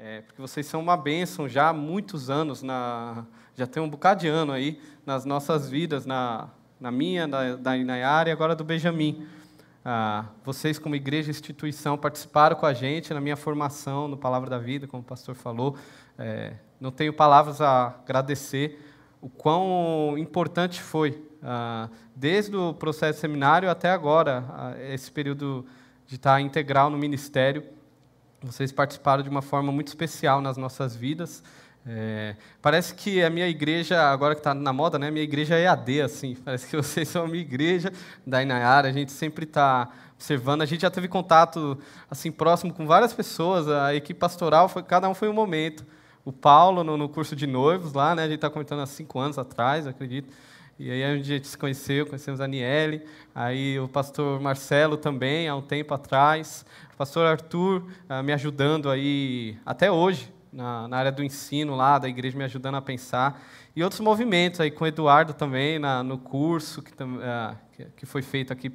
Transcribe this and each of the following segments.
porque vocês são uma bênção já há muitos anos, já tem um bocado de ano aí nas nossas vidas, na minha, da Inayara e agora do Benjamin. Vocês, como igreja e instituição, participaram com a gente na minha formação no Palavra da Vida, como o pastor falou. Não tenho palavras a agradecer o quão importante foi, desde o processo de seminário até agora, esse período de estar integral no ministério. Vocês participaram de uma forma muito especial nas nossas vidas. Parece que a minha igreja, agora que está na moda, né, minha igreja é EAD, assim. Parece que vocês são a minha igreja da Inayara, a gente sempre está observando. A gente já teve contato assim, próximo com várias pessoas, a equipe pastoral, cada um foi um momento. O Paulo, no curso de noivos lá, né, a gente está comentando há 5 anos atrás, acredito. E aí a gente se conhecemos a Aniele, aí o pastor Marcelo também, há um tempo atrás, o pastor Arthur me ajudando aí, até hoje, na área do ensino lá, da igreja me ajudando a pensar, e outros movimentos aí com o Eduardo também, no curso que foi feito aqui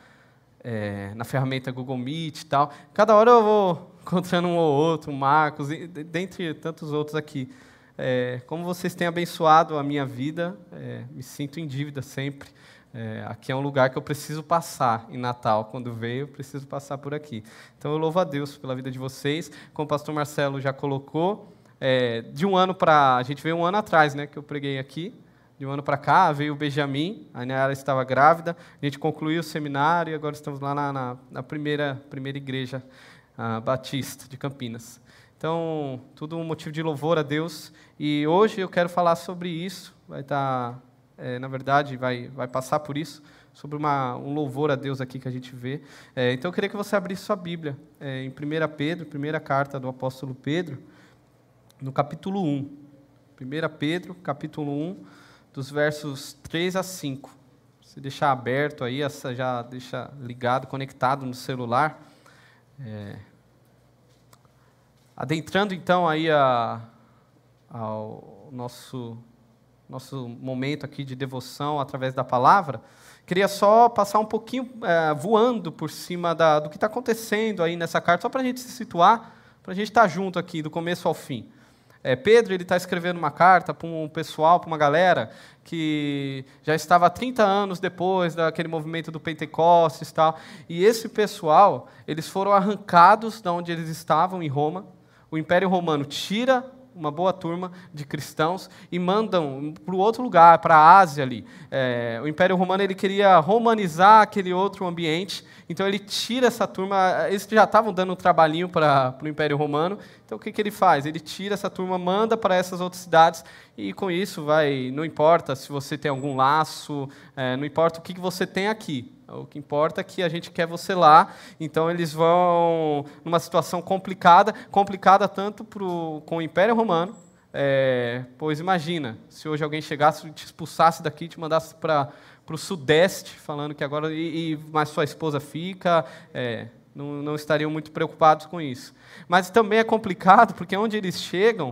na ferramenta Google Meet e tal. Cada hora eu vou encontrando um ou outro, o Marcos, dentre tantos outros aqui. Como vocês têm abençoado a minha vida, me sinto em dívida sempre. Aqui é um lugar que eu preciso passar em Natal. Quando veio, eu preciso passar por aqui. Então, eu louvo a Deus pela vida de vocês. Como o pastor Marcelo já colocou, de um ano para... A gente veio um ano atrás, né, que eu preguei aqui. De um ano para cá, veio o Benjamin, a Nayara estava grávida, a gente concluiu o seminário e agora estamos lá na primeira igreja batista de Campinas. Então, tudo um motivo de louvor a Deus. E hoje eu quero falar sobre isso. Vai estar, na verdade, vai passar por isso, sobre um louvor a Deus aqui que a gente vê. Então, eu queria que você abrisse sua Bíblia em 1 Pedro, primeira carta do apóstolo Pedro, no capítulo 1. 1 Pedro, capítulo 1, dos versos 3 a 5. Se deixar aberto aí, já deixa ligado, conectado no celular. Adentrando, então, aí ao nosso momento aqui de devoção através da palavra, queria só passar um pouquinho voando por cima do que está acontecendo aí nessa carta, só para a gente se situar, para a gente estar junto aqui, do começo ao fim. Pedro está escrevendo uma carta para um pessoal, para uma galera que já estava há 30 anos depois daquele movimento do Pentecostes e tal, e esse pessoal, eles foram arrancados de onde eles estavam, em Roma. O Império Romano tira uma boa turma de cristãos e mandam para o outro lugar, para a Ásia ali. O Império Romano ele queria romanizar aquele outro ambiente, então ele tira essa turma, eles já estavam dando um trabalhinho para o Império Romano, então o que ele faz? Ele tira essa turma, manda para essas outras cidades, e com isso não importa se você tem algum laço, não importa o que você tem aqui, o que importa é que a gente quer você lá. Então eles vão numa situação complicada tanto com o Império Romano, pois imagina, se hoje alguém chegasse e te expulsasse daqui, te mandasse para o Sudeste, falando que agora, mas sua esposa fica, não estariam muito preocupados com isso. Mas também é complicado, porque onde eles chegam,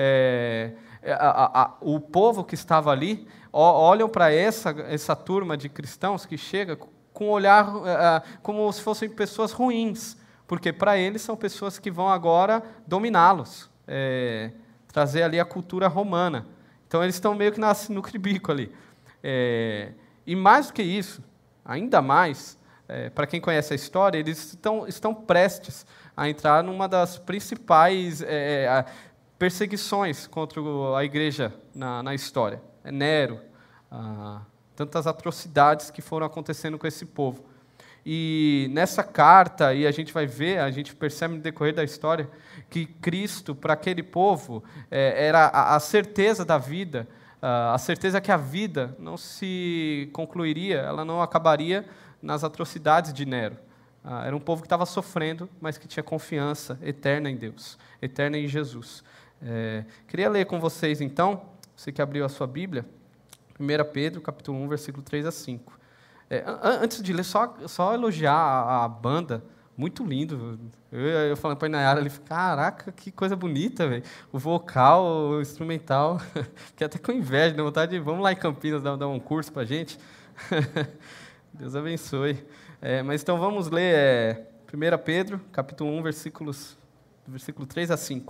o povo que estava ali, olham para essa turma de cristãos que chega com um olhar como se fossem pessoas ruins, porque para eles são pessoas que vão agora dominá-los, trazer ali a cultura romana. Então eles estão meio que no bico ali. E mais do que isso, ainda mais, para quem conhece a história, eles estão prestes a entrar numa das principais perseguições contra a igreja na história. Nero, tantas atrocidades que foram acontecendo com esse povo. E nessa carta, e a gente vai ver, a gente percebe no decorrer da história, que Cristo, para aquele povo, era a certeza da vida, a certeza que a vida não se concluiria, ela não acabaria nas atrocidades de Nero. Era um povo que estava sofrendo, mas que tinha confiança eterna em Deus, eterna em Jesus. Queria ler com vocês, então, você que abriu a sua Bíblia, 1 Pedro, capítulo 1, versículo 3 a 5. Antes de ler, só elogiar a banda, muito lindo. Eu falando para a Inayara, ele falou, caraca, que coisa bonita, velho. O vocal, o instrumental, fiquei até com inveja, dá vontade de, vamos lá em Campinas dar um curso para a gente. Deus abençoe. Mas então vamos ler 1 Pedro, capítulo 1, versículo 3 a 5.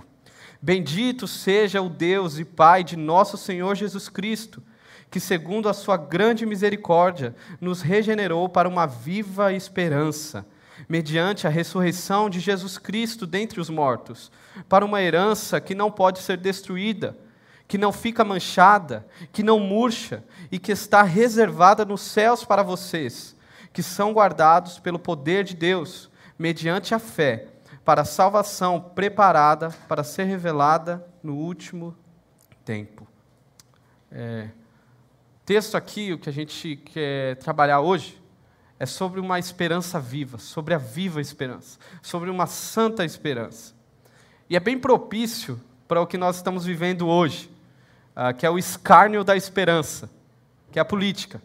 Bendito seja o Deus e Pai de nosso Senhor Jesus Cristo, que segundo a sua grande misericórdia, nos regenerou para uma viva esperança, mediante a ressurreição de Jesus Cristo dentre os mortos, para uma herança que não pode ser destruída, que não fica manchada, que não murcha e que está reservada nos céus para vocês, que são guardados pelo poder de Deus, mediante a fé, para a salvação preparada para ser revelada no último tempo. Texto aqui, o que a gente quer trabalhar hoje, é sobre uma esperança viva, sobre a viva esperança, sobre uma santa esperança. E é bem propício para o que nós estamos vivendo hoje, que é o escárnio da esperança, que é a política.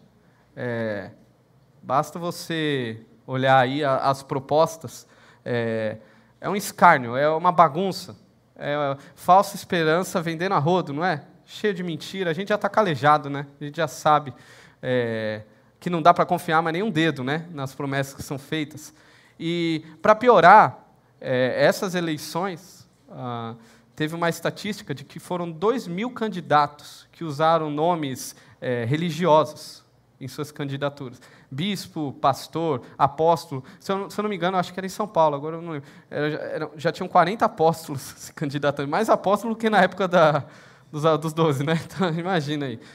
Basta você olhar aí as propostas, é um escárnio, é uma bagunça, é falsa esperança vendendo a rodo, não é? Cheio de mentira, a gente já está calejado, né? A gente já sabe que não dá para confiar mais nem um dedo, né? Nas promessas que são feitas. E, para piorar, essas eleições, teve uma estatística de que foram 2.000 candidatos que usaram nomes religiosos em suas candidaturas. Bispo, pastor, apóstolo. Se eu não me engano, acho que era em São Paulo, agora eu não lembro. Já tinham 40 apóstolos se candidatando, mais apóstolo que na época dos 12, né? Então, imagina aí.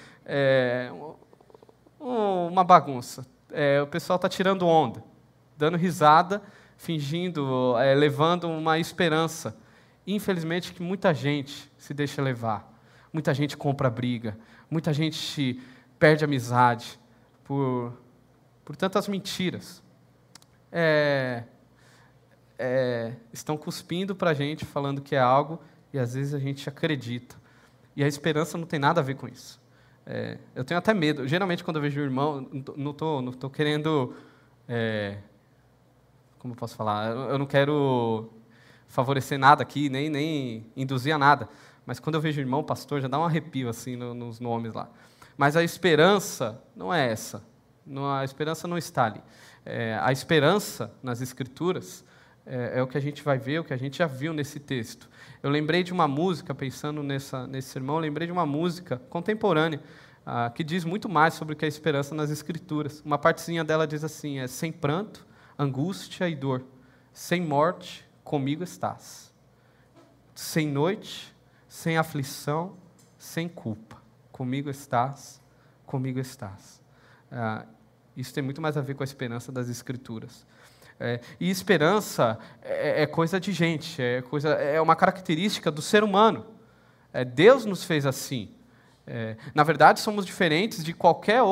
Uma bagunça. O pessoal está tirando onda, dando risada, fingindo, levando uma esperança. Infelizmente, que muita gente se deixa levar. Muita gente compra briga. Muita gente perde amizade por tantas mentiras. Estão cuspindo para a gente, falando que é algo, e às vezes a gente acredita. E a esperança não tem nada a ver com isso. Eu tenho até medo. Geralmente, quando eu vejo o irmão, não tô querendo... como eu posso falar? Eu não quero favorecer nada aqui, nem induzir a nada. Mas quando eu vejo o irmão pastor, já dá um arrepio assim, nos nomes lá. Mas a esperança não é essa. A esperança não está ali. A esperança nas Escrituras é o que a gente vai ver, o que a gente já viu nesse texto. Eu lembrei de uma música, pensando nesse sermão, lembrei de uma música contemporânea, que diz muito mais sobre o que é a esperança nas Escrituras. Uma partezinha dela diz assim, sem pranto, angústia e dor, sem morte, comigo estás. Sem noite, sem aflição, sem culpa, comigo estás, comigo estás. Isso tem muito mais a ver com a esperança das Escrituras. E esperança é coisa de gente, é uma característica do ser humano. Deus nos fez assim. Na verdade, somos diferentes de qualquer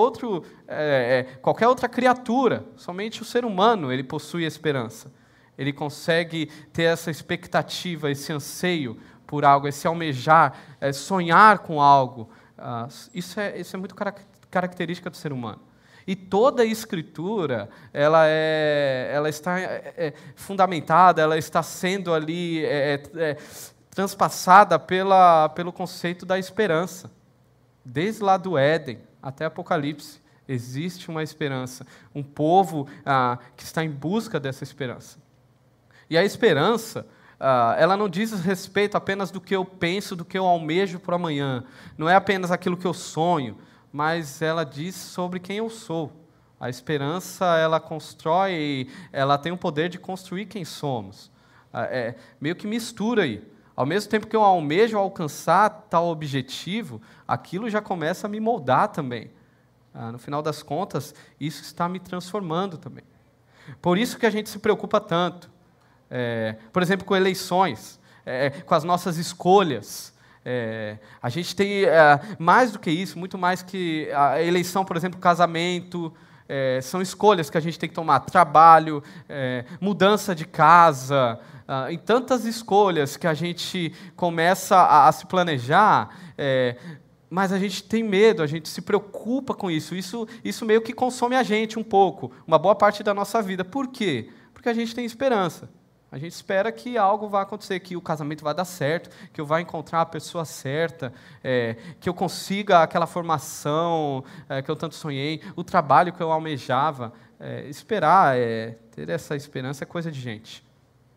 outra criatura. Somente o ser humano ele possui esperança. Ele consegue ter essa expectativa, esse anseio por algo, esse almejar, sonhar com algo. Isso é muito característica do ser humano. E toda a Escritura, ela está fundamentada, ela está sendo ali transpassada pelo conceito da esperança. Desde lá do Éden até Apocalipse, existe uma esperança, um povo que está em busca dessa esperança. E a esperança, ela não diz respeito apenas do que eu penso, do que eu almejo para amanhã. Não é apenas aquilo que eu sonho, mas ela diz sobre quem eu sou. A esperança, ela constrói, ela tem o poder de construir quem somos. Meio que mistura aí. Ao mesmo tempo que eu almejo alcançar tal objetivo, aquilo já começa a me moldar também. No final das contas, isso está me transformando também. Por isso que a gente se preocupa tanto. Por exemplo, com eleições, com as nossas escolhas. A gente tem mais do que isso, muito mais que a eleição, por exemplo, casamento, são escolhas que a gente tem que tomar, trabalho, mudança de casa, em tantas escolhas que a gente começa a se planejar, mas a gente tem medo, a gente se preocupa com isso. Isso meio que consome a gente um pouco, uma boa parte da nossa vida. Por quê? Porque a gente tem esperança. A gente espera que algo vá acontecer, que o casamento vai dar certo, que eu vá encontrar a pessoa certa, que eu consiga aquela formação que eu tanto sonhei, o trabalho que eu almejava. Ter essa esperança é coisa de gente.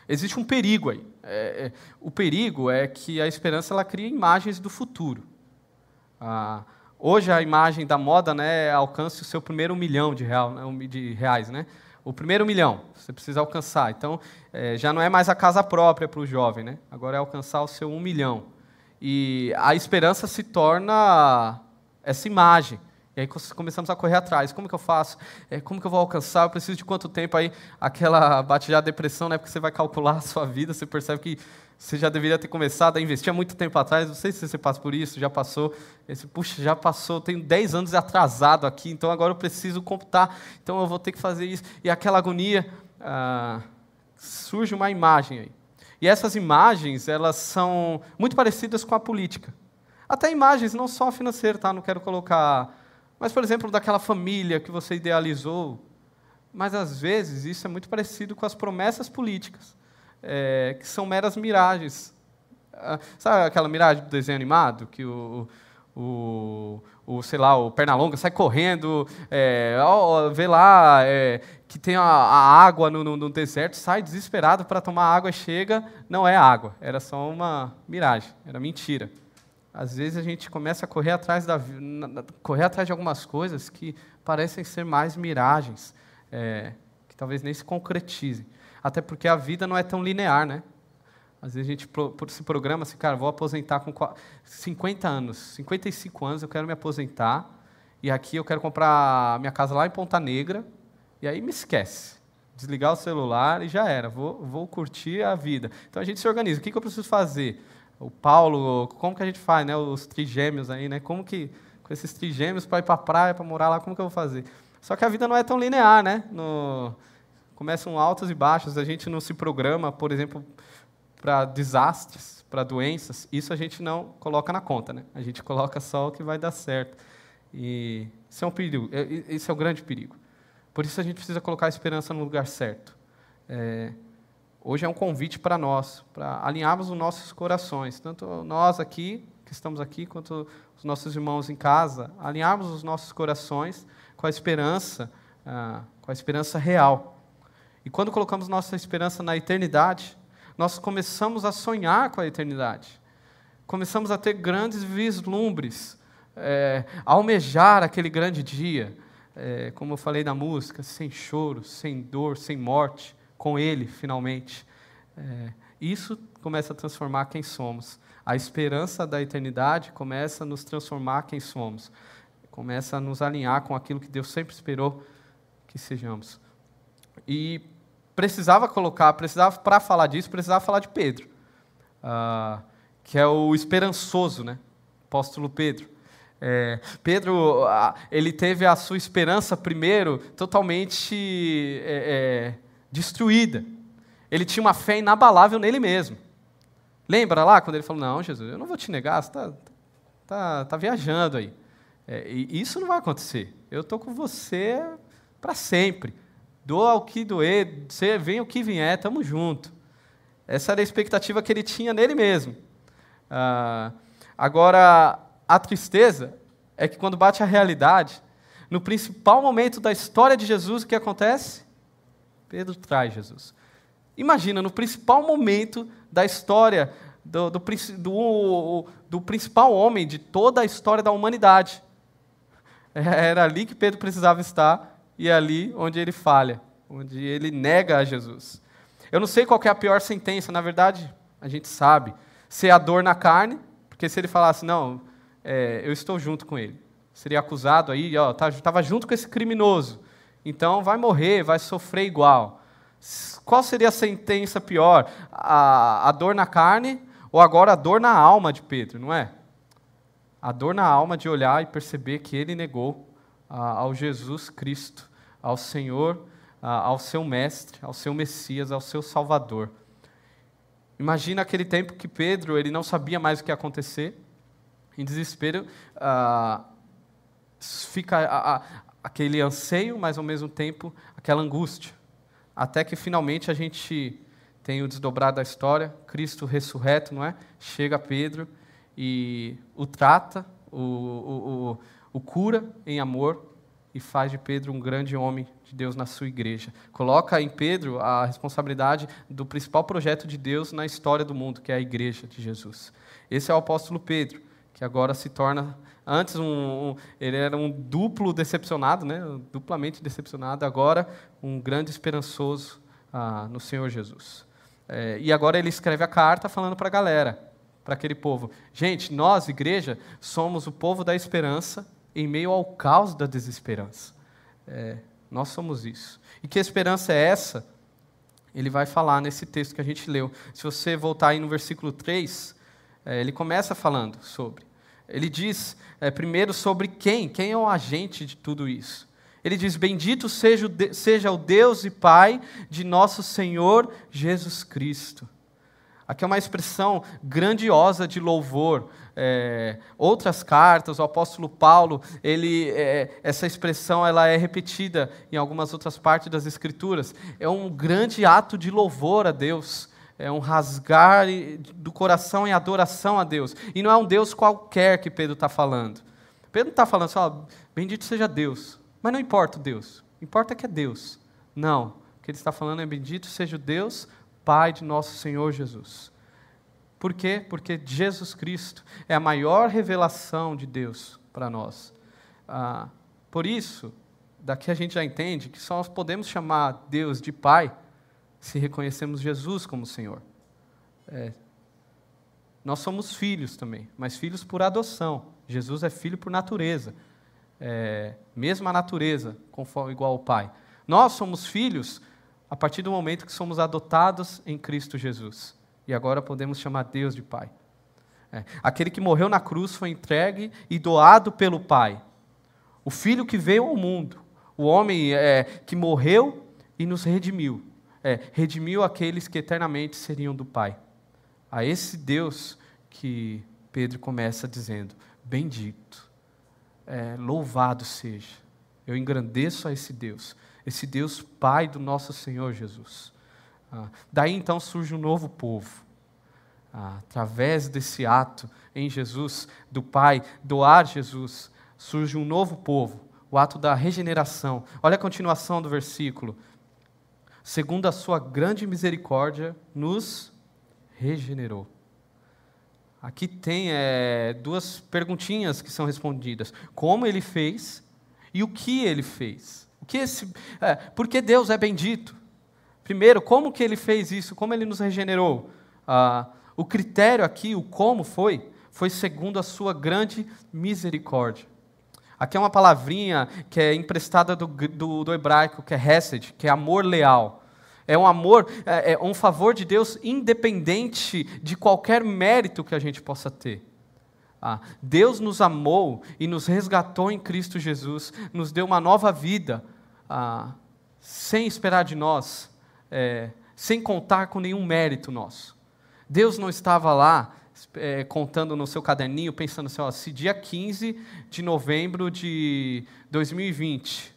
Existe um perigo aí. O perigo é que a esperança ela cria imagens do futuro. Hoje a imagem da moda, né, alcance o seu primeiro 1 milhão de reais, né? O primeiro 1 milhão, você precisa alcançar. Então, já não é mais a casa própria para o jovem, né? Agora é alcançar o seu 1 milhão. E a esperança se torna essa imagem. E aí começamos a correr atrás. Como que eu faço? Como que eu vou alcançar? Eu preciso de quanto tempo? Aí bate já a depressão, né? Porque você vai calcular a sua vida, você percebe que você já deveria ter começado a investir há muito tempo atrás. Não sei se você passa por isso, já passou. Puxa, já passou, tenho 10 anos atrasado aqui, então agora eu preciso computar, então eu vou ter que fazer isso. E aquela agonia, surge uma imagem aí. E essas imagens, elas são muito parecidas com a política. Até imagens, não só financeiras, tá? Não quero colocar... Mas, por exemplo, daquela família que você idealizou. Mas, às vezes, isso é muito parecido com as promessas políticas, que são meras miragens. Sabe aquela miragem do desenho animado? Que sei lá, o Pernalonga sai correndo, vê lá que tem a água no deserto, sai desesperado para tomar água, chega, não é água, era só uma miragem, era mentira. Às vezes a gente começa a correr atrás de algumas coisas que parecem ser mais miragens, que talvez nem se concretizem. Até porque a vida não é tão linear, né? Às vezes a gente se programa assim, cara, vou aposentar com 50 anos, 55 anos eu quero me aposentar, e aqui eu quero comprar minha casa lá em Ponta Negra, e aí me esquece. Desligar o celular e já era, vou curtir a vida. Então a gente se organiza, o que eu preciso fazer? O Paulo, como que a gente faz, né? Os trigêmeos aí, né? Como que, com esses trigêmeos, para ir para a praia, para morar lá, como que eu vou fazer? Só que a vida não é tão linear, né? Começam altos e baixos, a gente não se programa, por exemplo, para desastres, para doenças, isso a gente não coloca na conta, né? A gente coloca só o que vai dar certo. E isso é um perigo, esse é o grande perigo. Por isso a gente precisa colocar a esperança no lugar certo. Hoje é um convite para nós, para alinharmos os nossos corações, tanto nós aqui, que estamos aqui, quanto os nossos irmãos em casa, alinharmos os nossos corações com a esperança real. E quando colocamos nossa esperança na eternidade, nós começamos a sonhar com a eternidade. Começamos a ter grandes vislumbres, a almejar aquele grande dia, como eu falei na música, sem choro, sem dor, sem morte, com Ele, finalmente. Isso começa a transformar quem somos. A esperança da eternidade começa a nos transformar quem somos. Começa a nos alinhar com aquilo que Deus sempre esperou que sejamos. E para falar disso, precisava falar de Pedro, que é o esperançoso, né? Apóstolo Pedro. Pedro, ele teve a sua esperança primeiro totalmente destruída. Ele tinha uma fé inabalável nele mesmo. Lembra lá quando ele falou, não, Jesus, eu não vou te negar, você está viajando aí. E isso não vai acontecer. Eu estou com você para sempre. Doa o que doer, venha o que vier, estamos juntos. Essa era a expectativa que ele tinha nele mesmo. Agora, a tristeza é que quando bate a realidade, no principal momento da história de Jesus, o que acontece? Pedro trai Jesus. Imagina, no principal momento da história, do principal homem de toda a história da humanidade. Era ali que Pedro precisava estar, e é ali onde ele falha, onde ele nega a Jesus. Eu não sei qual que é a pior sentença, na verdade, a gente sabe. Se é a dor na carne, porque se ele falasse, não, eu estou junto com ele. Seria acusado aí, estava junto com esse criminoso. Então vai morrer, vai sofrer igual. Qual seria a sentença pior? A dor na carne ou agora a dor na alma de Pedro, não é? A dor na alma de olhar e perceber que ele negou ao Jesus Cristo, ao Senhor, ao seu Mestre, ao seu Messias, ao seu Salvador. Imagina aquele tempo que Pedro ele não sabia mais o que ia acontecer. Em desespero, fica aquele anseio, mas ao mesmo tempo aquela angústia. Até que finalmente a gente tem o desdobrar da história, Cristo ressurreto, não é? Chega Pedro e o trata, o cura em amor, e faz de Pedro um grande homem de Deus na sua igreja. Coloca em Pedro a responsabilidade do principal projeto de Deus na história do mundo, que é a igreja de Jesus. Esse é o apóstolo Pedro, que agora se torna, antes ele era um duplo decepcionado, né? Duplamente decepcionado, agora um grande esperançoso no Senhor Jesus. E agora ele escreve a carta falando para a galera, para aquele povo. Gente, nós, igreja, somos o povo da esperança em meio ao caos da desesperança. Nós somos isso. E que esperança é essa? Ele vai falar nesse texto que a gente leu. Se você voltar aí no versículo 3, ele começa falando sobre. Ele diz primeiro sobre quem é o agente de tudo isso. Ele diz, bendito seja o Deus e Pai de nosso Senhor Jesus Cristo. Aqui é uma expressão grandiosa de louvor. Outras cartas, o apóstolo Paulo, essa expressão ela é repetida em algumas outras partes das Escrituras. É um grande ato de louvor a Deus. É um rasgar do coração em adoração a Deus. E não é um Deus qualquer que Pedro está falando. Pedro não está falando só, bendito seja Deus. Mas não importa o Deus. Importa que é Deus. Não. O que ele está falando é bendito seja o Deus, Pai de nosso Senhor Jesus. Por quê? Porque Jesus Cristo é a maior revelação de Deus para nós. Por isso, daqui a gente já entende que só podemos chamar Deus de Pai se reconhecemos Jesus como Senhor. Nós somos filhos também, mas filhos por adoção. Jesus é filho por natureza. Mesma natureza, conforme igual ao Pai. Nós somos filhos a partir do momento que somos adotados em Cristo Jesus. E agora podemos chamar Deus de Pai. Aquele que morreu na cruz foi entregue e doado pelo Pai. O Filho que veio ao mundo. O homem que morreu e nos redimiu. Redimiu aqueles que eternamente seriam do Pai. A esse Deus que Pedro começa dizendo, bendito, louvado seja. Eu engrandeço a esse Deus Pai do nosso Senhor Jesus. Daí então surge um novo povo. Através desse ato em Jesus, do Pai, doar Jesus, surge um novo povo, o ato da regeneração. Olha a continuação do versículo. Segundo a sua grande misericórdia, nos regenerou. Aqui tem duas perguntinhas que são respondidas. Como ele fez e o que ele fez? Por que Deus é bendito? Primeiro, como que ele fez isso? Como ele nos regenerou? O critério aqui, o como foi segundo a sua grande misericórdia. Aqui é uma palavrinha que é emprestada do hebraico, que é hesed, que é amor leal. É um amor, um favor de Deus independente de qualquer mérito que a gente possa ter. Deus nos amou e nos resgatou em Cristo Jesus, nos deu uma nova vida, sem esperar de nós, sem contar com nenhum mérito nosso. Deus não estava lá contando no seu caderninho, pensando assim, se dia 15 de novembro de 2020,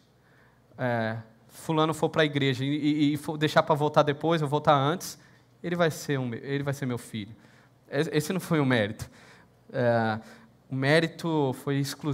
fulano for para a igreja e for deixar para voltar depois, ou voltar antes, ele vai ser meu filho. Esse não foi o mérito. O mérito foi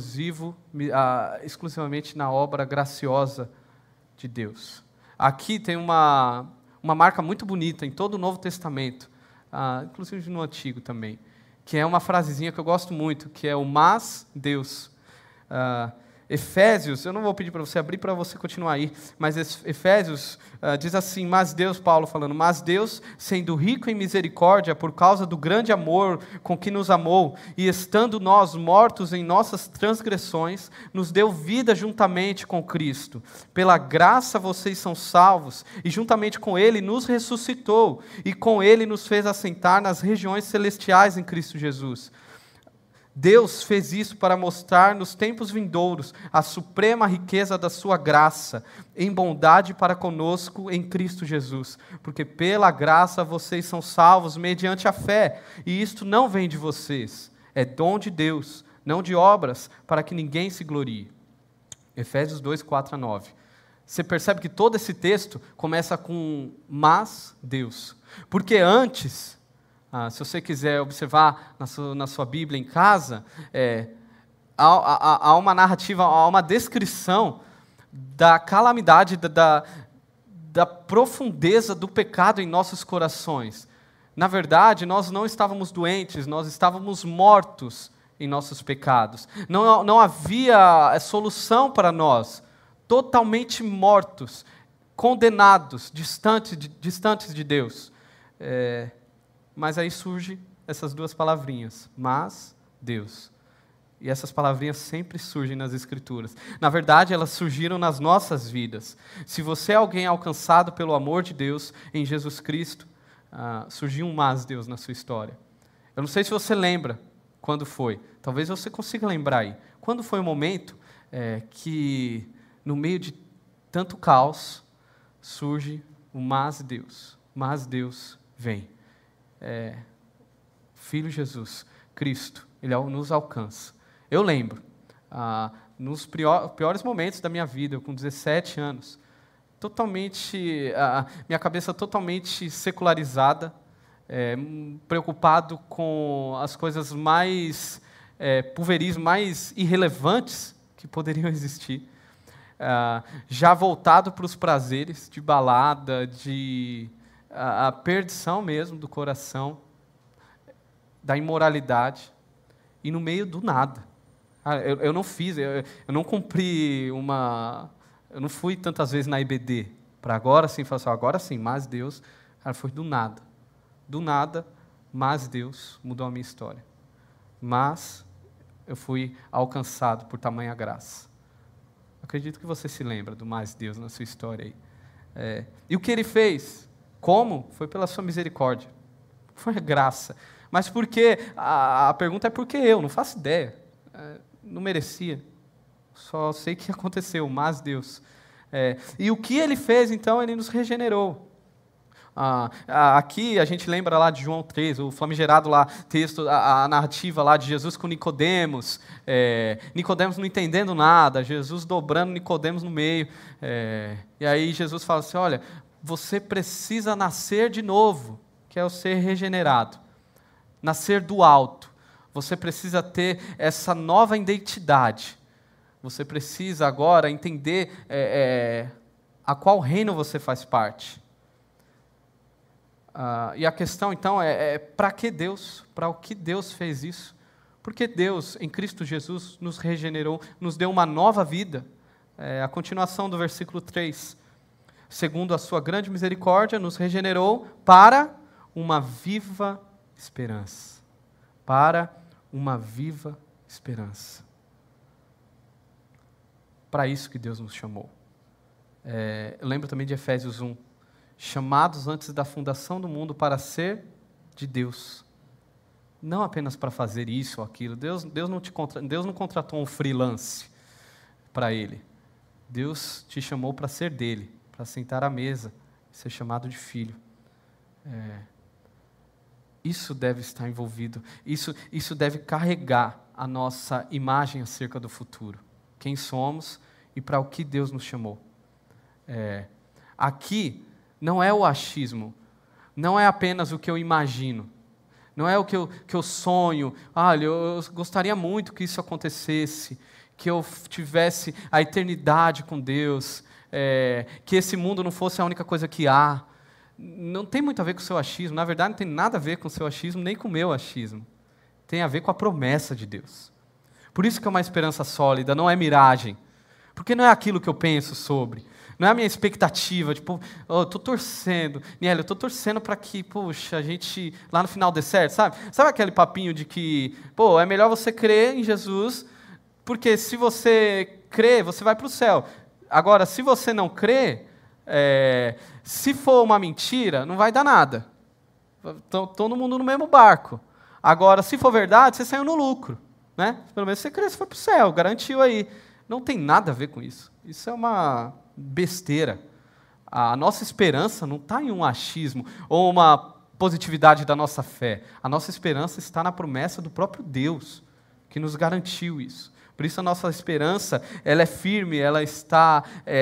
exclusivamente na obra graciosa de Deus. Aqui tem uma marca muito bonita em todo o Novo Testamento, inclusive no Antigo também, que é uma frasezinha que eu gosto muito, que é o mas Deus. Efésios, eu não vou pedir para você abrir para você continuar aí, mas Efésios diz assim, mas Deus, Paulo falando, mas Deus, sendo rico em misericórdia, por causa do grande amor com que nos amou, e estando nós mortos em nossas transgressões, nos deu vida juntamente com Cristo. Pela graça vocês são salvos, e juntamente com Ele nos ressuscitou, e com Ele nos fez assentar nas regiões celestiais em Cristo Jesus. Deus fez isso para mostrar nos tempos vindouros a suprema riqueza da sua graça, em bondade para conosco em Cristo Jesus. Porque pela graça vocês são salvos mediante a fé, e isto não vem de vocês, é dom de Deus, não de obras, para que ninguém se glorie. Efésios 2, 4 a 9. Você percebe que todo esse texto começa com mas Deus. Porque antes... se você quiser observar na sua Bíblia em casa, há uma narrativa, há uma descrição da calamidade, da profundeza do pecado em nossos corações. Na verdade, nós não estávamos doentes, nós estávamos mortos em nossos pecados. Não havia solução para nós, totalmente mortos, condenados, distantes de Deus. Mas aí surgem essas duas palavrinhas, mas Deus. E essas palavrinhas sempre surgem nas Escrituras. Na verdade, elas surgiram nas nossas vidas. Se você é alguém alcançado pelo amor de Deus em Jesus Cristo, surgiu um mas Deus na sua história. Eu não sei se você lembra quando foi. Talvez você consiga lembrar aí. Quando foi o momento que, no meio de tanto caos, surge o mas Deus. Mas Deus vem. Filho Jesus, Cristo, Ele nos alcança. Eu lembro, nos piores momentos da minha vida, eu com 17 anos, minha cabeça totalmente secularizada, preocupado com as coisas mais pulverismo, mais irrelevantes que poderiam existir, já voltado para os prazeres de balada, a perdição mesmo do coração, da imoralidade, e no meio do nada. Eu não fiz, eu não cumpri eu não fui tantas vezes na IBD, para agora sim, falar assim, agora sim, mas Deus, foi do nada. Do nada, mas Deus mudou a minha história. Mas eu fui alcançado por tamanha graça. Acredito que você se lembra do mais Deus na sua história aí. E o que Ele fez? Como? Foi pela sua misericórdia. Foi a graça. Mas por quê? A pergunta é por que eu? Não faço ideia. Não merecia. Só sei que aconteceu, mas Deus. E o que Ele fez, então? Ele nos regenerou. Aqui a gente lembra lá de João 3, o famigerado lá, texto, a narrativa lá de Jesus com Nicodemos. Nicodemos não entendendo nada, Jesus dobrando Nicodemos no meio. E aí Jesus fala assim, olha, você precisa nascer de novo, que é o ser regenerado. Nascer do alto. Você precisa ter essa nova identidade. Você precisa agora entender a qual reino você faz parte. E a questão, então, para que Deus? Para o que Deus fez isso? Porque Deus, em Cristo Jesus, nos regenerou, nos deu uma nova vida. A continuação do versículo 3. Segundo a sua grande misericórdia, nos regenerou para uma viva esperança. Para uma viva esperança. Para isso que Deus nos chamou. Eu lembro também de Efésios 1. Chamados antes da fundação do mundo para ser de Deus. Não apenas para fazer isso ou aquilo. Deus não contratou um freelance para Ele. Deus te chamou para ser dele, para sentar à mesa, ser chamado de filho. Isso deve estar envolvido. Isso deve carregar a nossa imagem acerca do futuro. Quem somos e para o que Deus nos chamou. Aqui não é o achismo, não é apenas o que eu imagino, não é o que eu sonho. Olha, eu gostaria muito que isso acontecesse, que eu tivesse a eternidade com Deus, que esse mundo não fosse a única coisa que há. Não tem muito a ver com o seu achismo, na verdade não tem nada a ver com o seu achismo, nem com o meu achismo. Tem a ver com a promessa de Deus. Por isso que é uma esperança sólida, não é miragem. Porque não é aquilo que eu penso sobre. Não é a minha expectativa, tipo, eu estou torcendo. Niel, eu estou torcendo para que, poxa, a gente lá no final dê certo, sabe? Sabe aquele papinho de que, é melhor você crer em Jesus, porque se você crer, você vai para o céu. Agora, se você não crer, se for uma mentira, não vai dar nada. Todo mundo no mesmo barco. Agora, se for verdade, você saiu no lucro. Né? Pelo menos você crê, você foi para o céu, garantiu aí. Não tem nada a ver com isso. Isso é uma besteira. A nossa esperança não está em um achismo ou uma positividade da nossa fé. A nossa esperança está na promessa do próprio Deus, que nos garantiu isso. Por isso a nossa esperança, ela é firme, ela está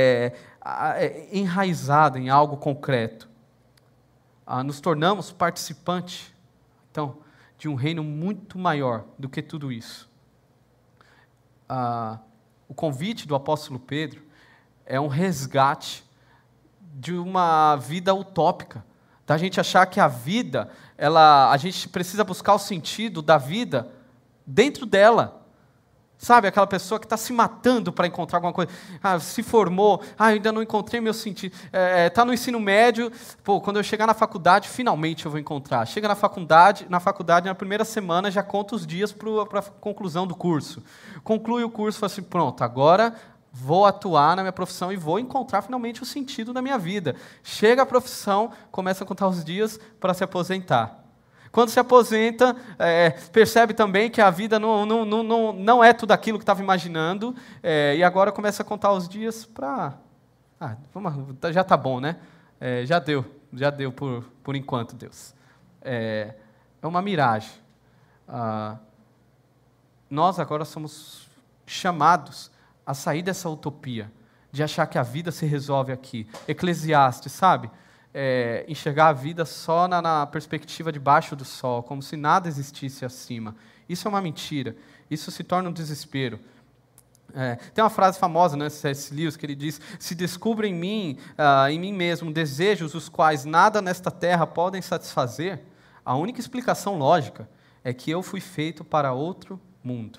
enraizada em algo concreto. Nos tornamos participantes, então, de um reino muito maior do que tudo isso. O convite do apóstolo Pedro é um resgate de uma vida utópica. Da gente achar que a vida, a gente precisa buscar o sentido da vida dentro dela. Sabe, aquela pessoa que está se matando para encontrar alguma coisa. Se formou, ainda não encontrei meu sentido. Está no ensino médio, quando eu chegar na faculdade, finalmente eu vou encontrar. Chega na faculdade, na primeira semana, já conta os dias para a conclusão do curso. Conclui o curso, fala assim, pronto, agora vou atuar na minha profissão e vou encontrar finalmente o sentido da minha vida. Chega a profissão, começa a contar os dias para se aposentar. Quando se aposenta, percebe também que a vida não é tudo aquilo que estava imaginando, e agora começa a contar os dias para... já está bom, né? Já deu por enquanto, Deus. É uma miragem. Nós agora somos chamados a sair dessa utopia, de achar que a vida se resolve aqui. Eclesiastes, sabe? Enxergar a vida só na perspectiva de baixo do sol, como se nada existisse acima. Isso é uma mentira. Isso se torna um desespero. Tem uma frase famosa, né, C.S. Lewis, que ele diz: se descubro em mim mesmo, desejos os quais nada nesta terra podem satisfazer, a única explicação lógica é que eu fui feito para outro mundo.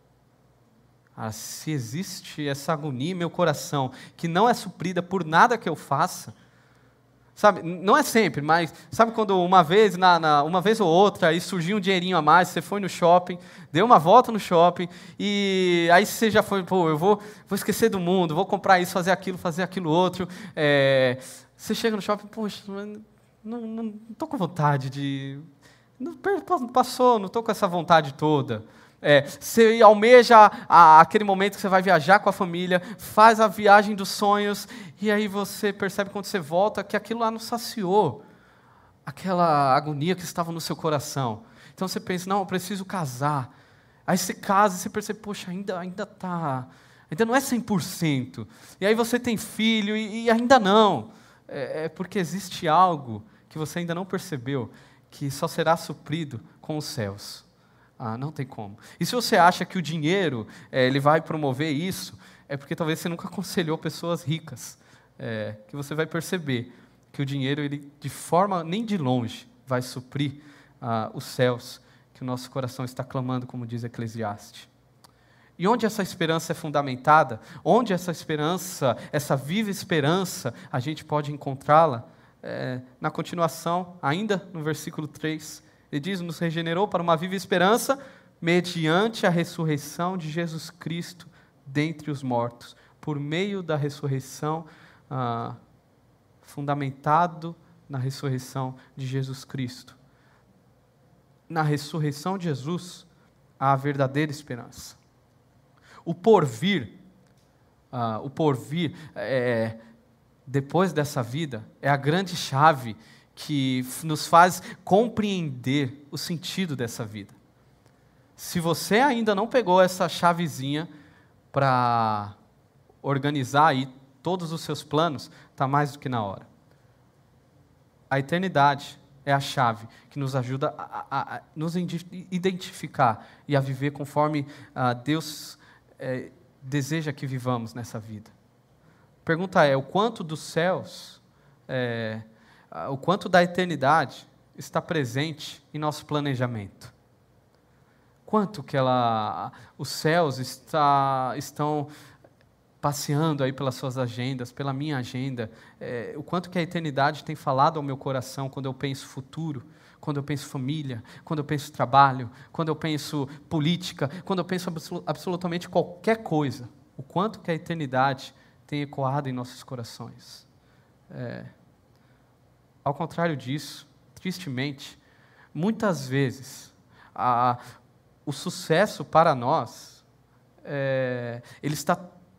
Se existe essa agonia em meu coração, que não é suprida por nada que eu faça, sabe, não é sempre, mas sabe quando uma vez ou outra, aí surgiu um dinheirinho a mais, você foi no shopping, deu uma volta no shopping, e aí você já foi, eu vou esquecer do mundo, vou comprar isso, fazer aquilo outro. Você chega no shopping, poxa, não estou com vontade de... Passou, não estou com essa vontade toda. Você almeja aquele momento que você vai viajar com a família, faz a viagem dos sonhos, e aí você percebe quando você volta que aquilo lá não saciou aquela agonia que estava no seu coração. Então você pensa, não, eu preciso casar. Aí você casa e você percebe, poxa, ainda não é 100%. E aí você tem filho e ainda não. Porque existe algo que você ainda não percebeu, que só será suprido com os céus. Não tem como. E se você acha que o dinheiro ele vai promover isso, é porque talvez você nunca aconselhou pessoas ricas, que você vai perceber que o dinheiro, ele, de forma nem de longe, vai suprir os céus que o nosso coração está clamando, como diz Eclesiastes. E onde essa esperança é fundamentada, onde essa esperança, essa viva esperança, a gente pode encontrá-la, na continuação, ainda no versículo 3, ele diz, nos regenerou para uma viva esperança, mediante a ressurreição de Jesus Cristo dentre os mortos, por meio da ressurreição, fundamentado na ressurreição de Jesus Cristo. Na ressurreição de Jesus, há a verdadeira esperança. O porvir, depois dessa vida, é a grande chave que nos faz compreender o sentido dessa vida. Se você ainda não pegou essa chavezinha para organizar aí todos os seus planos, está mais do que na hora. A eternidade é a chave que nos ajuda a nos identificar e a viver conforme Deus deseja que vivamos nessa vida. A pergunta é, o quanto dos céus... o quanto da eternidade está presente em nosso planejamento. Quanto que os céus estão passeando aí pelas suas agendas, pela minha agenda. O quanto que a eternidade tem falado ao meu coração quando eu penso futuro, quando eu penso família, quando eu penso trabalho, quando eu penso política, quando eu penso absolutamente qualquer coisa. O quanto que a eternidade tem ecoado em nossos corações. Ao contrário disso, tristemente, muitas vezes, o sucesso para nós, ele está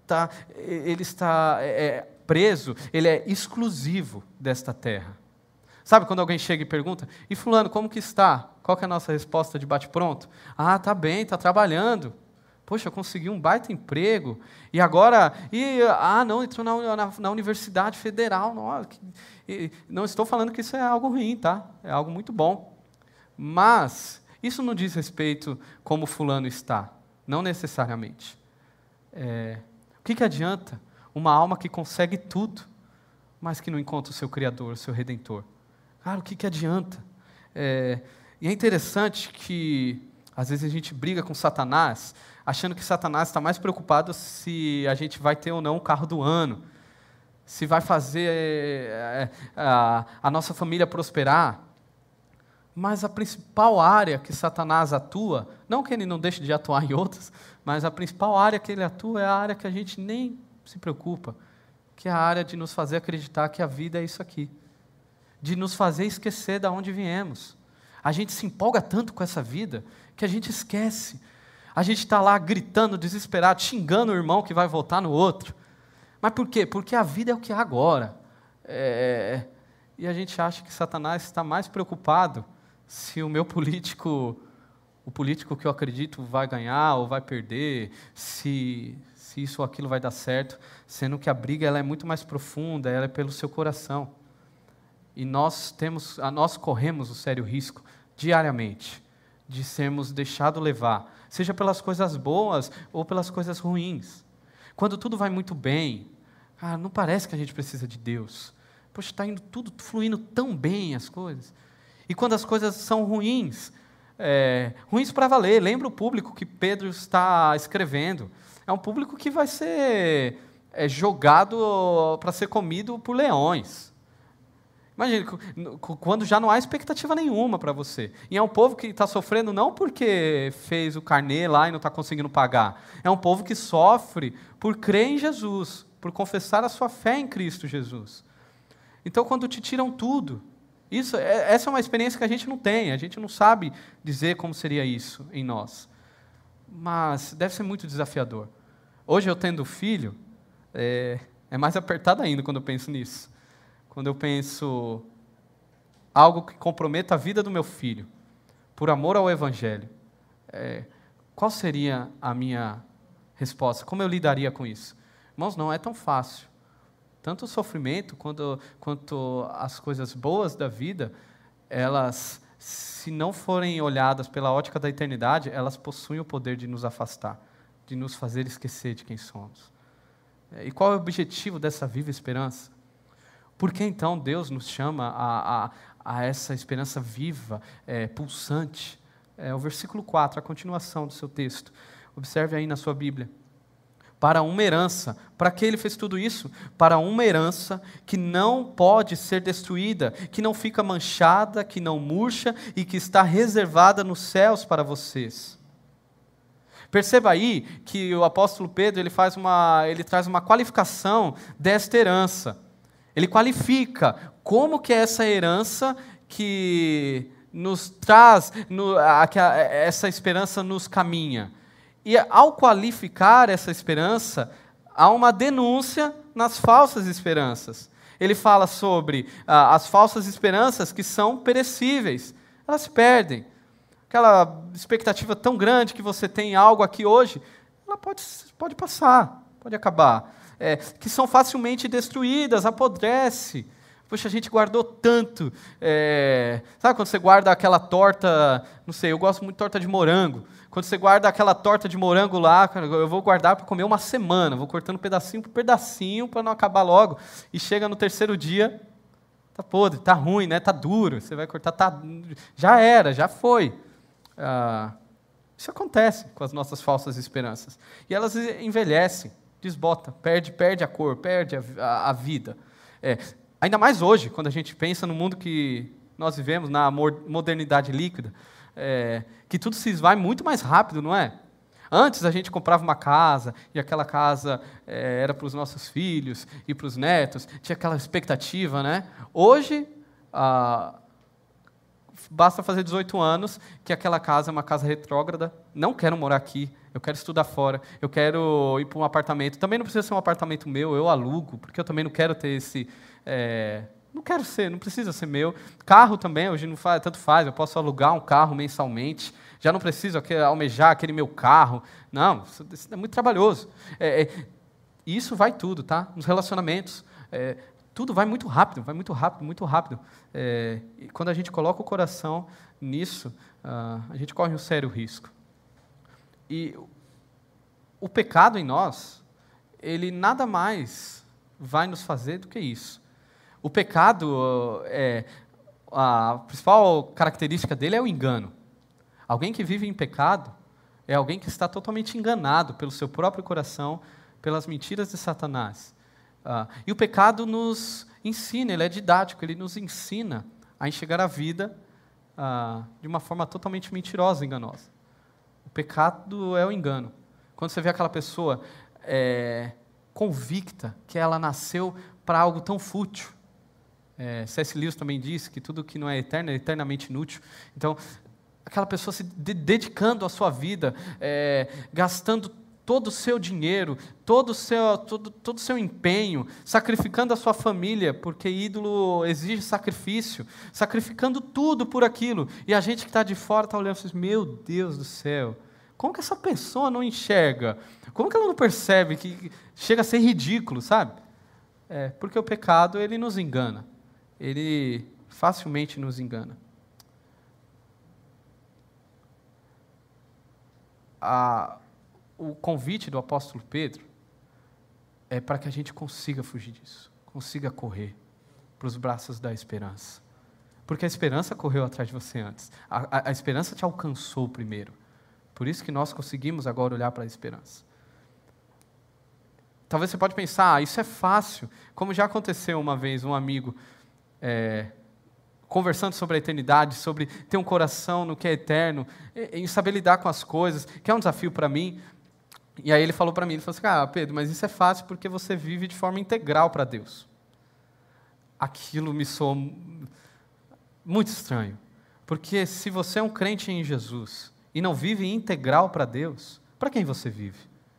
preso, ele é exclusivo desta terra. Sabe quando alguém chega e pergunta, e fulano, como que está? Qual que é a nossa resposta de bate-pronto? Está bem, está trabalhando. Poxa, eu consegui um baita emprego, e agora, entrou na Universidade Federal. Não estou falando que isso é algo ruim, tá? É algo muito bom. Mas isso não diz respeito como fulano está, não necessariamente. O que adianta Uma alma que consegue tudo, mas que não encontra o seu Criador, o seu Redentor. Cara, o que adianta? E é interessante que, às vezes, a gente briga com Satanás, achando que Satanás está mais preocupado se a gente vai ter ou não o carro do ano, se vai fazer a nossa família prosperar. Mas a principal área que Satanás atua, não que ele não deixe de atuar em outras, mas a principal área que ele atua é a área que a gente nem se preocupa, que é a área de nos fazer acreditar que a vida é isso aqui, de nos fazer esquecer de onde viemos. A gente se empolga tanto com essa vida que a gente esquece. A gente está lá gritando, desesperado, xingando o irmão que vai votar no outro. Mas por quê? Porque a vida é o que é agora. E a gente acha que Satanás está mais preocupado se o meu político, o político que eu acredito vai ganhar ou vai perder, se isso ou aquilo vai dar certo, sendo que a briga ela é muito mais profunda, ela é pelo seu coração. E nós corremos o sério risco, diariamente, de sermos deixados levar, seja pelas coisas boas ou pelas coisas ruins. Quando tudo vai muito bem, cara, não parece que a gente precisa de Deus. Poxa, está indo tudo fluindo tão bem as coisas. E quando as coisas são ruins, ruins para valer, lembra o público que Pedro está escrevendo. É um público que vai ser jogado para ser comido por leões. Imagina, quando já não há expectativa nenhuma para você. E é um povo que está sofrendo não porque fez o carnê lá e não está conseguindo pagar. É um povo que sofre por crer em Jesus, por confessar a sua fé em Cristo Jesus. Então, quando te tiram tudo, essa é uma experiência que a gente não sabe dizer como seria isso em nós. Mas deve ser muito desafiador. Hoje, eu tendo filho, é mais apertado ainda quando eu penso nisso. Quando eu penso algo que comprometa a vida do meu filho, por amor ao Evangelho, qual seria a minha resposta? Como eu lidaria com isso? Irmãos, não é tão fácil. Tanto o sofrimento quanto as coisas boas da vida, elas, se não forem olhadas pela ótica da eternidade, elas possuem o poder de nos afastar, de nos fazer esquecer de quem somos. E qual é o objetivo dessa viva esperança? Por que então Deus nos chama a essa esperança viva, pulsante? O versículo 4, a continuação do seu texto. Observe aí na sua Bíblia. Para uma herança. Para que ele fez tudo isso? Para uma herança que não pode ser destruída, que não fica manchada, que não murcha e que está reservada nos céus para vocês. Perceba aí que o apóstolo Pedro ele traz uma qualificação desta herança. Ele qualifica como que é essa herança que nos traz, essa esperança nos caminha. E ao qualificar essa esperança, há uma denúncia nas falsas esperanças. Ele fala sobre as falsas esperanças que são perecíveis. Elas se perdem. Aquela expectativa tão grande que você tem em algo aqui hoje, ela pode passar, pode acabar. Que são facilmente destruídas, apodrece. Poxa, a gente guardou tanto. Sabe quando você guarda aquela torta, não sei, eu gosto muito de torta de morango. Quando você guarda aquela torta de morango lá, eu vou guardar para comer uma semana, vou cortando pedacinho por pedacinho para não acabar logo. E chega no terceiro dia, tá podre, tá ruim, né? Tá duro. Você vai cortar, já era, já foi. Isso acontece com as nossas falsas esperanças. E elas envelhecem, desbota, perde a cor, perde a vida. Ainda mais hoje, quando a gente pensa no mundo que nós vivemos, na modernidade líquida, que tudo se esvai muito mais rápido, não é? Antes a gente comprava uma casa, e aquela casa era para os nossos filhos e para os netos, tinha aquela expectativa, né? Hoje, basta fazer 18 anos, que aquela casa é uma casa retrógrada, não quero morar aqui, eu quero estudar fora, eu quero ir para um apartamento, também não precisa ser um apartamento meu, eu alugo, porque eu também não quero ter esse... não precisa ser meu. Carro também, hoje não faz, tanto faz, eu posso alugar um carro mensalmente, já não preciso almejar aquele meu carro. Não, isso é muito trabalhoso. E isso vai tudo, tá? Nos relacionamentos, tudo vai muito rápido, muito rápido. E quando a gente coloca o coração nisso, a gente corre um sério risco. E o pecado em nós, ele nada mais vai nos fazer do que isso. O pecado, a principal característica dele é o engano. Alguém que vive em pecado é alguém que está totalmente enganado pelo seu próprio coração, pelas mentiras de Satanás. E o pecado nos ensina, ele é didático, ele nos ensina a enxergar a vida de uma forma totalmente mentirosa e enganosa. O pecado é o engano. Quando você vê aquela pessoa convicta que ela nasceu para algo tão fútil. C.S. Lewis também disse que tudo que não é eterno é eternamente inútil. Então, aquela pessoa se dedicando à sua vida, gastando todo o seu dinheiro, todo o seu empenho, sacrificando a sua família, porque ídolo exige sacrifício, sacrificando tudo por aquilo. E a gente que está de fora está olhando e diz, meu Deus do céu, como que essa pessoa não enxerga? Como que ela não percebe que chega a ser ridículo, sabe? Porque o pecado, ele nos engana. Ele facilmente nos engana. O convite do apóstolo Pedro é para que a gente consiga fugir disso, consiga correr para os braços da esperança. Porque a esperança correu atrás de você antes. A esperança te alcançou primeiro. Por isso que nós conseguimos agora olhar para a esperança. Talvez você pode pensar, isso é fácil. Como já aconteceu uma vez, um amigo conversando sobre a eternidade, sobre ter um coração no que é eterno, em saber lidar com as coisas, que é um desafio para mim. E aí ele falou para mim, ele falou assim, Pedro, mas isso é fácil porque você vive de forma integral para Deus. Aquilo me soou muito estranho, porque se você é um crente em Jesus e não vive integral para Deus, para quem você vive?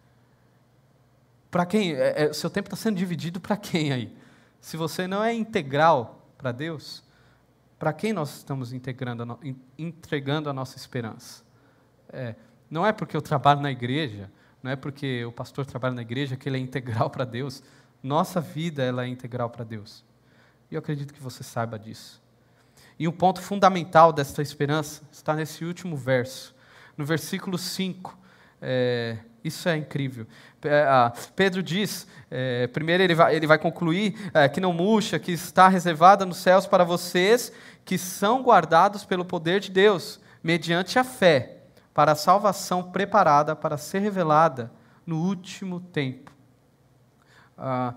Para quem? O seu tempo está sendo dividido para quem aí? Se você não é integral para Deus, para quem nós estamos entregando a nossa esperança? Não é porque eu trabalho na igreja, não é porque o pastor trabalha na igreja que ele é integral para Deus. Nossa vida ela é integral para Deus. E eu acredito que você saiba disso. E um ponto fundamental desta esperança está nesse último verso. No versículo 5. Isso é incrível. Pedro diz, primeiro ele vai concluir que não murcha, que está reservada nos céus para vocês que são guardados pelo poder de Deus, mediante a fé, para a salvação preparada para ser revelada no último tempo. A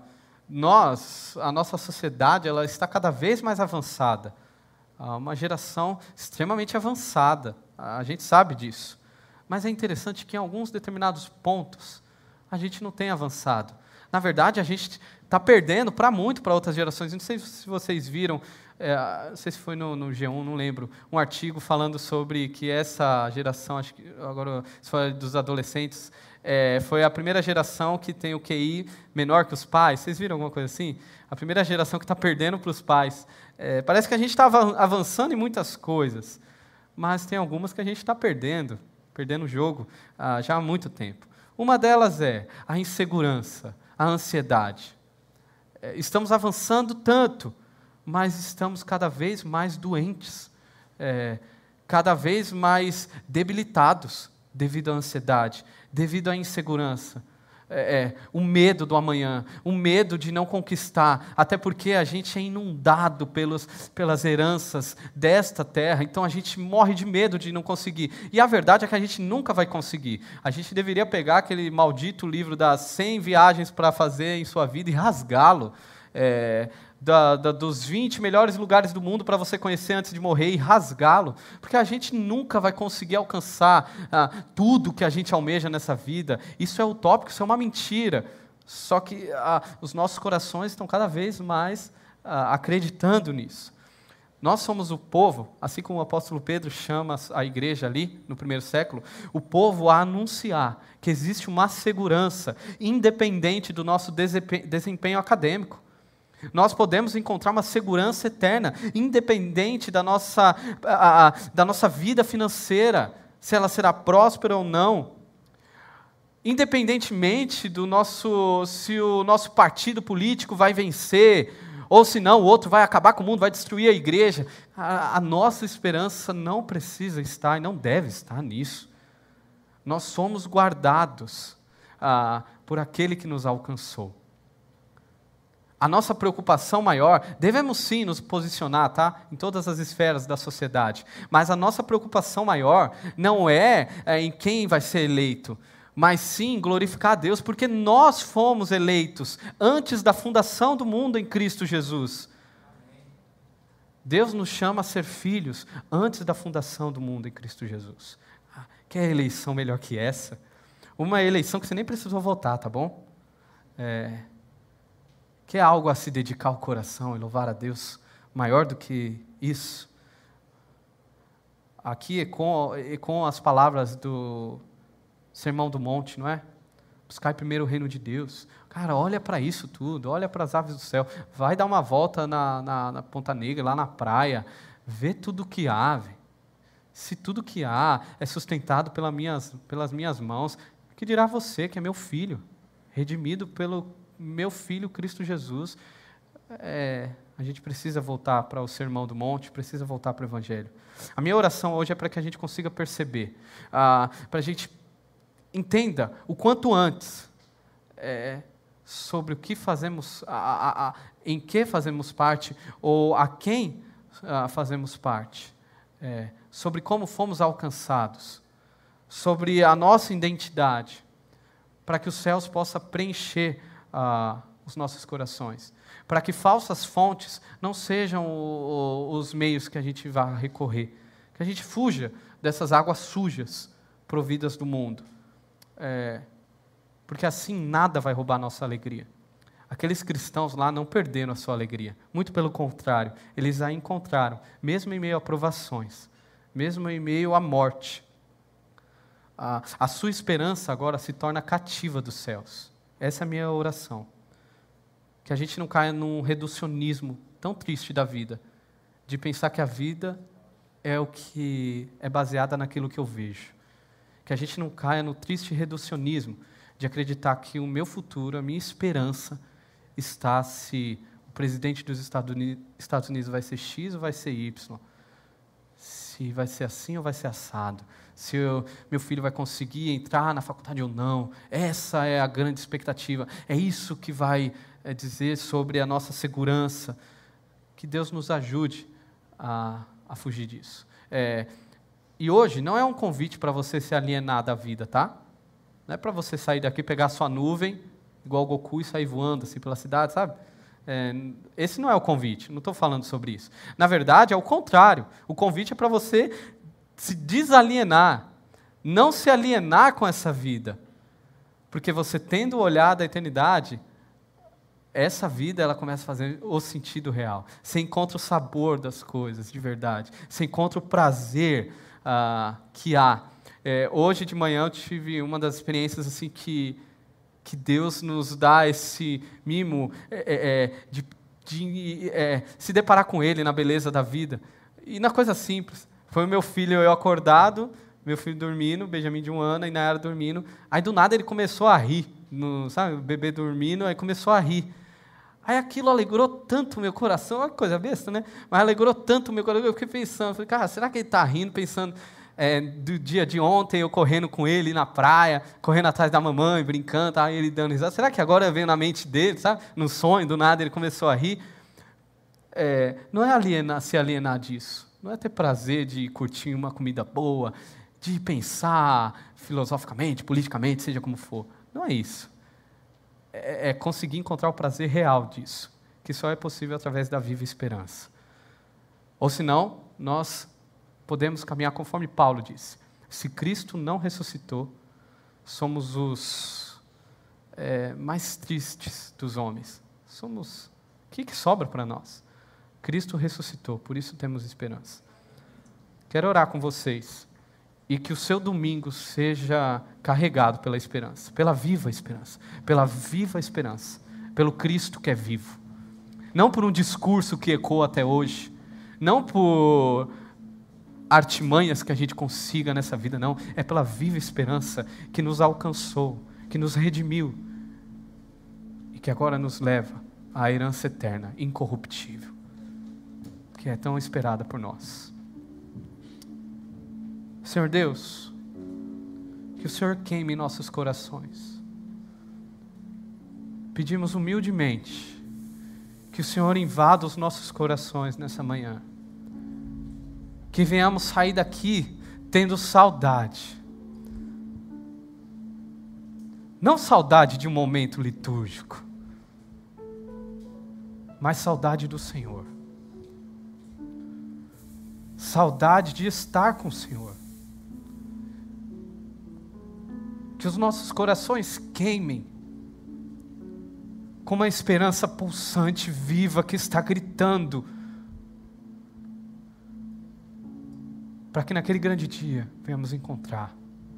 nossa sociedade, ela está cada vez mais avançada. Uma geração extremamente avançada. A gente sabe disso. Mas é interessante que em alguns determinados pontos, a gente não tem avançado. Na verdade, a gente está perdendo para outras gerações. Não sei se vocês viram, não sei se foi no G1, não lembro, um artigo falando sobre que essa geração, acho que agora se foi dos adolescentes, foi a primeira geração que tem o QI menor que os pais. Vocês viram alguma coisa assim? A primeira geração que está perdendo para os pais. Parece que a gente está avançando em muitas coisas, mas tem algumas que a gente está perdendo o jogo já há muito tempo. Uma delas é a insegurança, a ansiedade. Estamos avançando tanto, mas estamos cada vez mais doentes, cada vez mais debilitados devido à ansiedade, devido à insegurança. O medo do amanhã, o medo de não conquistar, até porque a gente é inundado pelas heranças desta terra, então a gente morre de medo de não conseguir. E a verdade é que a gente nunca vai conseguir. A gente deveria pegar aquele maldito livro das 100 viagens para fazer em sua vida e rasgá-lo. Dos 20 melhores lugares do mundo para você conhecer antes de morrer e rasgá-lo, porque a gente nunca vai conseguir alcançar tudo que a gente almeja nessa vida. Isso é utópico, isso é uma mentira. Só que os nossos corações estão cada vez mais acreditando nisso. Nós somos o povo, assim como o apóstolo Pedro chama a igreja ali, no primeiro século, o povo a anunciar que existe uma segurança independente do nosso desempenho acadêmico. Nós podemos encontrar uma segurança eterna, independente da nossa vida financeira, se ela será próspera ou não. Independentemente se o nosso partido político vai vencer, ou se não, o outro vai acabar com o mundo, vai destruir a igreja. A nossa esperança não precisa estar e não deve estar nisso. Nós somos guardados por aquele que nos alcançou. A nossa preocupação maior, devemos sim nos posicionar, tá? Em todas as esferas da sociedade, mas a nossa preocupação maior não é em quem vai ser eleito, mas sim glorificar a Deus, porque nós fomos eleitos antes da fundação do mundo em Cristo Jesus. Deus nos chama a ser filhos antes da fundação do mundo em Cristo Jesus. Quer eleição melhor que essa? Uma eleição que você nem precisou votar, tá bom? Quer algo a se dedicar ao coração e louvar a Deus maior do que isso? Aqui com as palavras do Sermão do Monte, não é? Buscar primeiro o reino de Deus. Cara, olha para isso tudo, olha para as aves do céu. Vai dar uma volta na Ponta Negra, lá na praia. Vê tudo que há. Véio. Se tudo que há é sustentado pelas minhas mãos, que dirá você que é meu filho, redimido pelo meu filho Cristo Jesus. A gente precisa voltar para o Sermão do Monte, precisa voltar para o Evangelho. A minha oração hoje é para que a gente consiga perceber, para a gente entenda o quanto antes sobre o que fazemos, em que fazemos parte, ou a quem fazemos parte, sobre como fomos alcançados, sobre a nossa identidade, para que os céus possam preencher os nossos corações, para que falsas fontes não sejam os meios que a gente vá recorrer, que a gente fuja dessas águas sujas providas do mundo, porque assim nada vai roubar a nossa alegria. Aqueles cristãos lá não perderam a sua alegria, muito pelo contrário, eles a encontraram, mesmo em meio a provações, mesmo em meio à morte. A sua esperança agora se torna cativa dos céus. Essa é a minha oração. Que a gente não caia num reducionismo tão triste da vida, de pensar que a vida é o que é baseada naquilo que eu vejo. Que a gente não caia no triste reducionismo de acreditar que o meu futuro, a minha esperança, está se o presidente dos Estados Unidos vai ser X ou vai ser Y. Se vai ser assim ou vai ser assado. Se meu filho vai conseguir entrar na faculdade ou não. Essa é a grande expectativa. É isso que vai dizer sobre a nossa segurança. Que Deus nos ajude a fugir disso. E hoje não é um convite para você se alienar da vida, tá? Não é para você sair daqui, pegar sua nuvem, igual o Goku, e sair voando assim pela cidade, sabe? Esse não é o convite, não estou falando sobre isso. Na verdade, é o contrário. O convite é para você se desalienar, não se alienar com essa vida. Porque você tendo o olhar da eternidade, essa vida ela começa a fazer o sentido real. Você encontra o sabor das coisas, de verdade. Você encontra o prazer que há. Hoje de manhã eu tive uma das experiências assim que Deus nos dá esse mimo de se deparar com Ele na beleza da vida. E na coisa simples. Foi o meu filho, eu acordado, meu filho dormindo, Benjamin de 1 ano, e Nayara dormindo. Aí do nada ele começou a rir, sabe, o bebê dormindo, aí começou a rir. Aí aquilo alegrou tanto o meu coração, uma coisa besta, né? Mas alegrou tanto o meu coração, eu fiquei pensando, falei, cara, será que ele está rindo, pensando do dia de ontem, eu correndo com ele na praia, correndo atrás da mamãe, brincando, aí ele dando risada. Será que agora veio na mente dele, sabe? No sonho, do nada ele começou a rir. Não é se alienar disso. Não é ter prazer de curtir uma comida boa, de pensar filosoficamente, politicamente, seja como for. Não é isso. É conseguir encontrar o prazer real disso, que só é possível através da viva esperança. Ou senão, nós podemos caminhar conforme Paulo disse. Se Cristo não ressuscitou, somos os mais tristes dos homens. O que sobra para nós? Cristo ressuscitou, por isso temos esperança. Quero orar com vocês e que o seu domingo seja carregado pela esperança, pela viva esperança, pelo Cristo que é vivo. Não por um discurso que ecoa até hoje, não por artimanhas que a gente consiga nessa vida, não. É pela viva esperança que nos alcançou, que nos redimiu e que agora nos leva à herança eterna, incorruptível, que é tão esperada por nós. Senhor Deus, que o Senhor queime em nossos corações pedimos humildemente que o Senhor invada os nossos corações nessa manhã. Que venhamos sair daqui tendo saudade. Não saudade de um momento litúrgico, mas saudade do Senhor. Saudade de estar com o Senhor. Que os nossos corações queimem com uma esperança pulsante, viva, que está gritando, para que naquele grande dia venhamos encontrar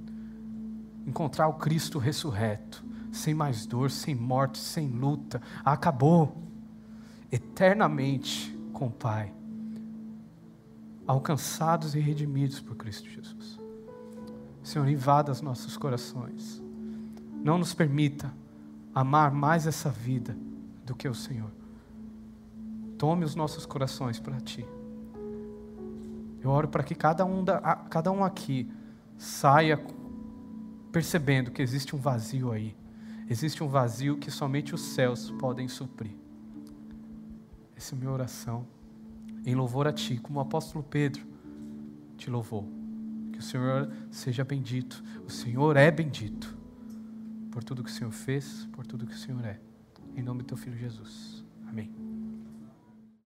o Cristo ressurreto, sem mais dor, sem morte, sem luta. Acabou eternamente com o Pai, alcançados e redimidos por Cristo Jesus. Senhor, invada os nossos corações. Não nos permita amar mais essa vida do que o Senhor. Tome os nossos corações para Ti. Eu oro para que cada um aqui saia percebendo que existe um vazio aí. Existe um vazio que somente os céus podem suprir. Essa é a minha oração, em louvor a Ti, como o apóstolo Pedro te louvou. Que o Senhor seja bendito. O Senhor é bendito por tudo que o Senhor fez, por tudo que o Senhor é. Em nome do Teu Filho Jesus. Amém.